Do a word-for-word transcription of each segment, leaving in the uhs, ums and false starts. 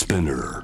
Spinner。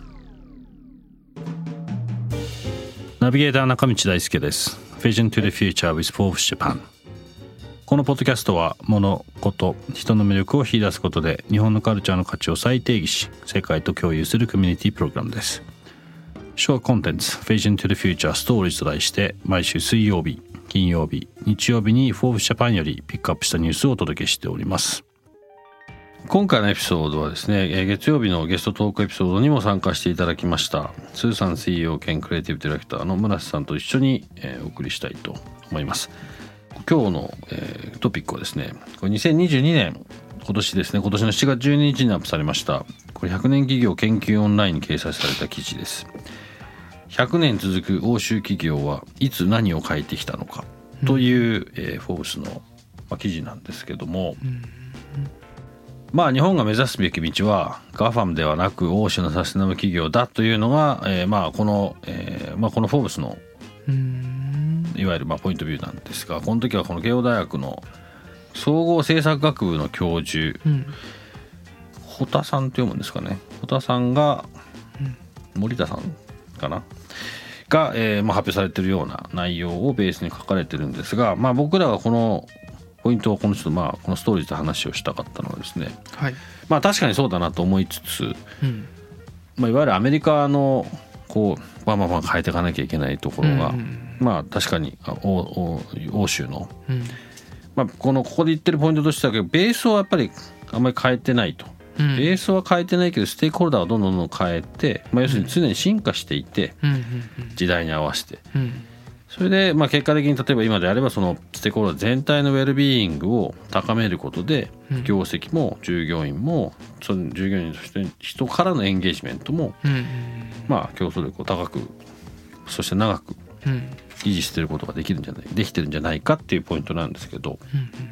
ナビゲーター中道大輔です。 Vision to the Future with Forbes Japan。 このポッドキャストは物事人の魅力を引き出すことで日本のカルチャーの価値を再定義し世界と共有するコミュニティプログラムです。 Short Contents Vision to the Future Stories と題して毎週水曜日金曜日日曜日に Forbes Japan よりピックアップしたニュースをお届けしております。今回のエピソードはですね、月曜日のゲストトークエピソードにも参加していただきましたスーさん シーイーオー 兼クリエイティブディレクターの村瀬さんと一緒にお送りしたいと思います。今日のトピックはですね、これにせんにじゅうにねん今年ですね、今年のしちがつじゅうににちにアップされましたこれひゃくねん企業研究オンラインに掲載された記事です。ひゃくねん続く欧州企業はいつ何を変えてきたのかという、うんえー、フォーブスの、まあ、記事なんですけども、うんまあ、日本が目指すべき道は ガファム ではなく欧州のサステナブル企業だというのが、えーまあこのえーまあ、このフォーブスのいわゆるまあポイントビューなんですが、この時はこの慶応大学の総合政策学部の教授、うん、堀田さんと読むんですかね、堀田さんが、うん、森田さんかなが、えーまあ、発表されているような内容をベースに書かれてるんですが、まあ、僕らがこのポイントをこのちょっとまあこのストーリーで話をしたかったのはですね、はい、まあ確かにそうだなと思いつつ、うんまあ、いわゆるアメリカのこうバンバンバン変えていかなきゃいけないところが、うんうん、まあ確かに欧州の、うんまあ、このここで言ってるポイントとしてはベースはやっぱりあんまり変えてないと、うん、ベースは変えてないけどステークホルダーはどんどんどんどん変えて、まあ、要するに常に進化していて、うん、時代に合わせて、うんそれでまあ結果的に例えば今であればそのステークホルダー全体のウェルビーイングを高めることで業績も従業員もその従業員として人からのエンゲージメントもまあ競争力を高くそして長く維持していることができるんじゃないできてるんじゃないかっていうポイントなんですけど、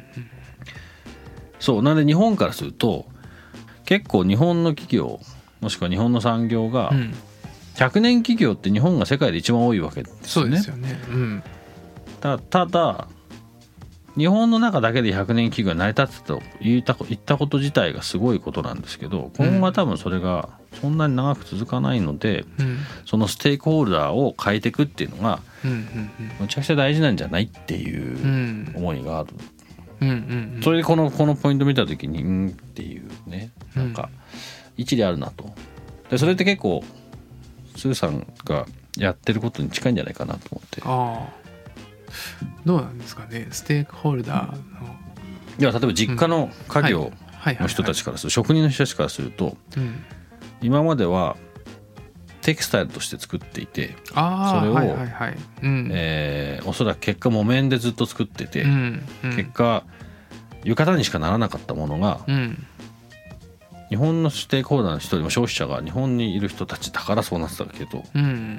そうなんで日本からすると結構日本の企業もしくは日本の産業がひゃくねん企業って日本が世界で一番多いわけですよね。 そうですよね、うん、 た, ただ日本の中だけでひゃくねん企業が成り立つと言った、言ったこと自体がすごいことなんですけど、今後は多分それがそんなに長く続かないので、うん、そのステークホルダーを変えていくっていうのがむちゃくちゃ大事なんじゃないっていう思いがある、うんうんうん、それでこの、このポイント見た時にうんっていうね、なんか一理あるなと。でそれって結構スーさんがやってることに近いんじゃないかなと思って。 ああどうなんですかね、ステークホルダーのいや例えば実家の家業の人たちからすると、職人の人たちからすると、うん、今まではテキスタイルとして作っていてそれを、はいはいはいうんえー、おそらく結果木綿でずっと作ってて、うんうん、結果浴衣にしかならなかったものが、うん日本のステークホルダーの人よりも消費者が日本にいる人たちだからそうなってたけど、うん、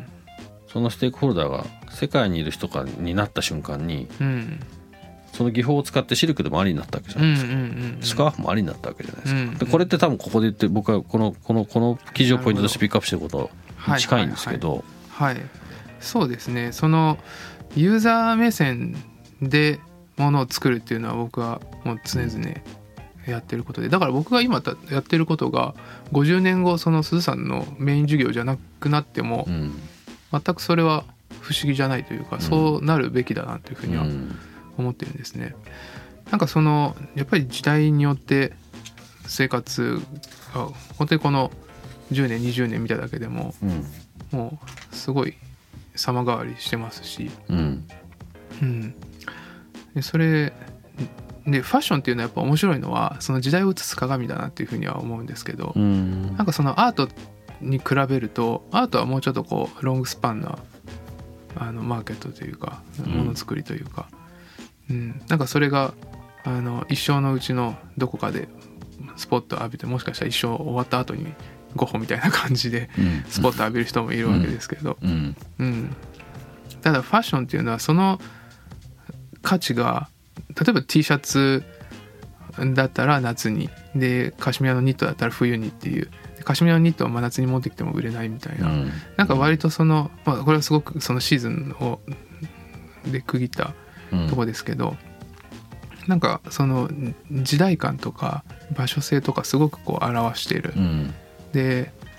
そのステークホルダーが世界にいる人かになった瞬間に、うん、その技法を使ってシルクでもありになったわけじゃないですか、うんうんうんうん、スカーフもありになったわけじゃないですか、うんうん、でこれって多分ここで言って僕はこの、この、この記事をポイントとしてピックアップしてることに近いんですけど、 はいはいはいはい、そうですね、そのユーザー目線でものを作るっていうのは僕はもう常々、うんやってることで、だから僕が今やってることがごじゅうねんごその鈴さんのメイン授業じゃなくなっても、うん、全くそれは不思議じゃないというか、うん、そうなるべきだなというふうには思ってるんですね。なんかそのやっぱり時代によって生活が本当にこのじゅうねんにじゅうねん見ただけでも、うん、もうすごい様変わりしてますし、うんうん、でそれでファッションっていうのはやっぱ面白いのはその時代を映す鏡だなっていうふうには思うんですけど、うん、なんかそのアートに比べるとアートはもうちょっとこうロングスパンなあのマーケットというかものづくりというか、うんうん、なんかそれがあの一生のうちのどこかでスポット浴びて、もしかしたら一生終わった後にゴッホみたいな感じでスポット浴びる人もいるわけですけど、うんうん、ただファッションっていうのはその価値が例えば T シャツだったら夏にでカシミヤのニットだったら冬にっていうカシミヤのニットは真夏に持ってきても売れないみたいな、うん、なんか割とその、まあ、これはすごくそのシーズンをで区切ったとこですけど、うん、なんかその時代感とか場所性とかすごくこう表している、うん、で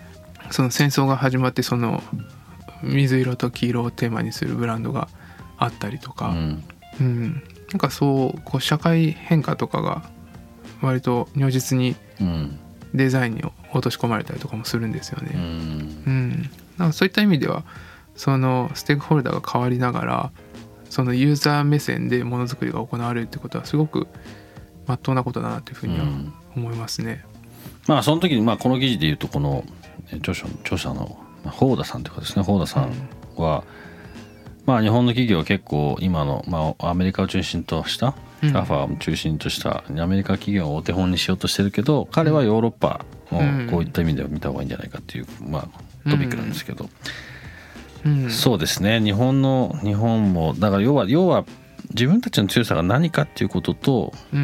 その戦争が始まってその水色と黄色をテーマにするブランドがあったりとか、 うんうん、なんかそうこう社会変化とかが割と如実にデザインに落とし込まれたりとかもするんですよね。 うんうん、なんかそういった意味ではそのステークホルダーが変わりながらそのユーザー目線でものづくりが行われるってことはすごく真っ当なことだなというふうには思いますね。 うん、まあその時にまあこの記事でいうとこの著者著者の宝田さんというかですね宝田さんは、うんまあ、日本の企業は結構今の、まあ、アメリカを中心としたガファを中心としたアメリカ企業をお手本にしようとしてるけど彼はヨーロッパをこういった意味では見た方がいいんじゃないかっていう、まあ、トピックなんですけど、うんうん、そうですね日本の日本もだから要は要は自分たちの強さが何かっていうことと、うん、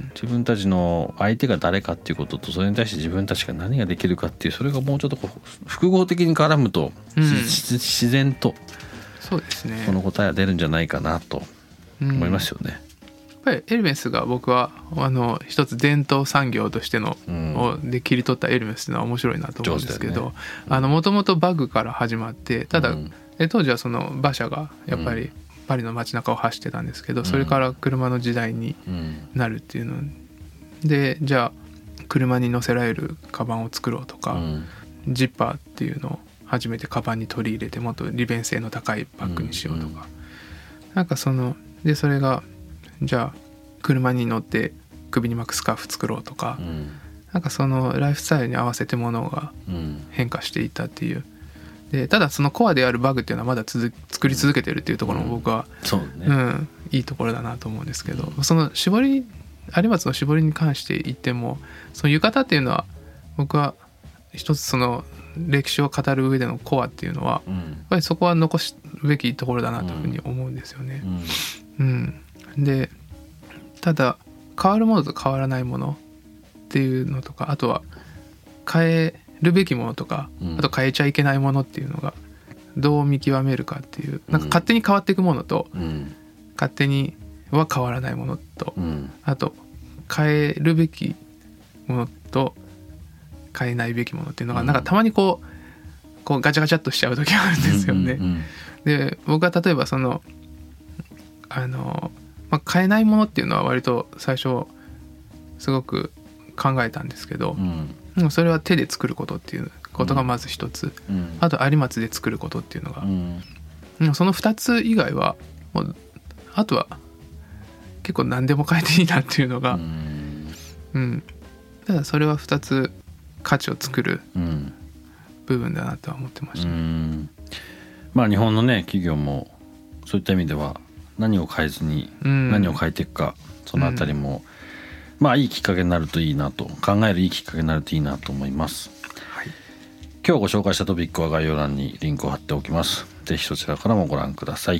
自分たちの相手が誰かっていうこととそれに対して自分たちが何ができるかっていうそれがもうちょっとこう複合的に絡むと、うん、自然とそうですね、 この答えは出るんじゃないかなと思いますよね。うん、やっぱりエルメスが僕はあの一つ伝統産業としての、うん、をで切り取ったエルメスっていうのは面白いなと思うんですけどもともとバッグから始まってただ、うん、当時はその馬車がやっぱりパリの街中を走ってたんですけど、うん、それから車の時代になるっていうのでじゃあ車に乗せられるカバンを作ろうとか、うん、ジッパーっていうのを初めてカバンに取り入れてもっと利便性の高いバッグにしようとか、うんうん、なんかそのでそれがじゃあ車に乗って首に巻くスカーフ作ろうとか、うん、なんかそのライフスタイルに合わせてものが変化していったっていう、でただそのコアであるバッグっていうのはまだ続作り続けてるっていうところも僕は、 うんそうねうん、 いいところだなと思うんですけど、その絞り有松の絞りに関して言ってもその浴衣っていうのは僕は一つその歴史を語る上でのコアっていうのは、うん、やっぱりそこは残すべきところだなというふうに思うんですよね。うんうん、でただ変わるものと変わらないものっていうのとかあとは変えるべきものとか、うん、あと変えちゃいけないものっていうのがどう見極めるかっていうなんか勝手に変わっていくものと、うん、勝手には変わらないものと、うん、あと変えるべきものと変えないべきものっていうのが、うん、なんかたまにこう、こうガチャガチャっとしちゃう時があるんですよね。うんうんうん、で僕は例えばそのあの、まあ、変えないものっていうのは割と最初すごく考えたんですけど、うん、それは手で作ることっていうことがまず一つ、うん、あと有松で作ることっていうのが、うん、その二つ以外はもうあとは結構何でも変えていいなっていうのが、うんうん、ただそれは二つ価値を作る部分だなとは思ってました、ね。うんまあ日本のね企業もそういった意味では何を変えずに何を変えていくか、うん、そのあたりも、うん、まあいいきっかけになるといいなと考えるいいきっかけになるといいなと思います。はい、今日ご紹介したトピックは概要欄にリンクを貼っておきます。ぜひそちらからもご覧ください。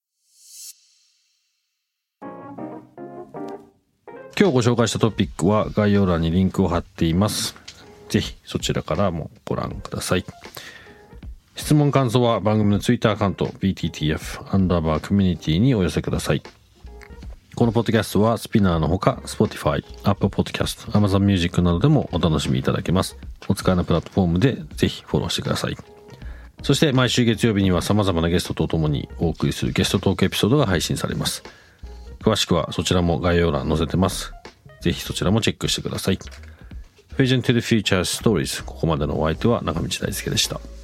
今日ご紹介したトピックは概要欄にリンクを貼っています。ぜひそちらからもご覧ください。質問感想は番組のツイッターアカウント ビーティーティーエフ アンダーバーコミュニティにお寄せください。このポッドキャストはスピナーのほか Spotify、Apple Podcast、Amazon Music などでもお楽しみいただけます。お使いのプラットフォームでぜひフォローしてください。そして毎週月曜日には様々なゲストとともにお送りするゲストトークエピソードが配信されます。詳しくはそちらも概要欄載せてます。ぜひそちらもチェックしてください。Vision to the Future Stories ここまでのお相手は中道大輔でした。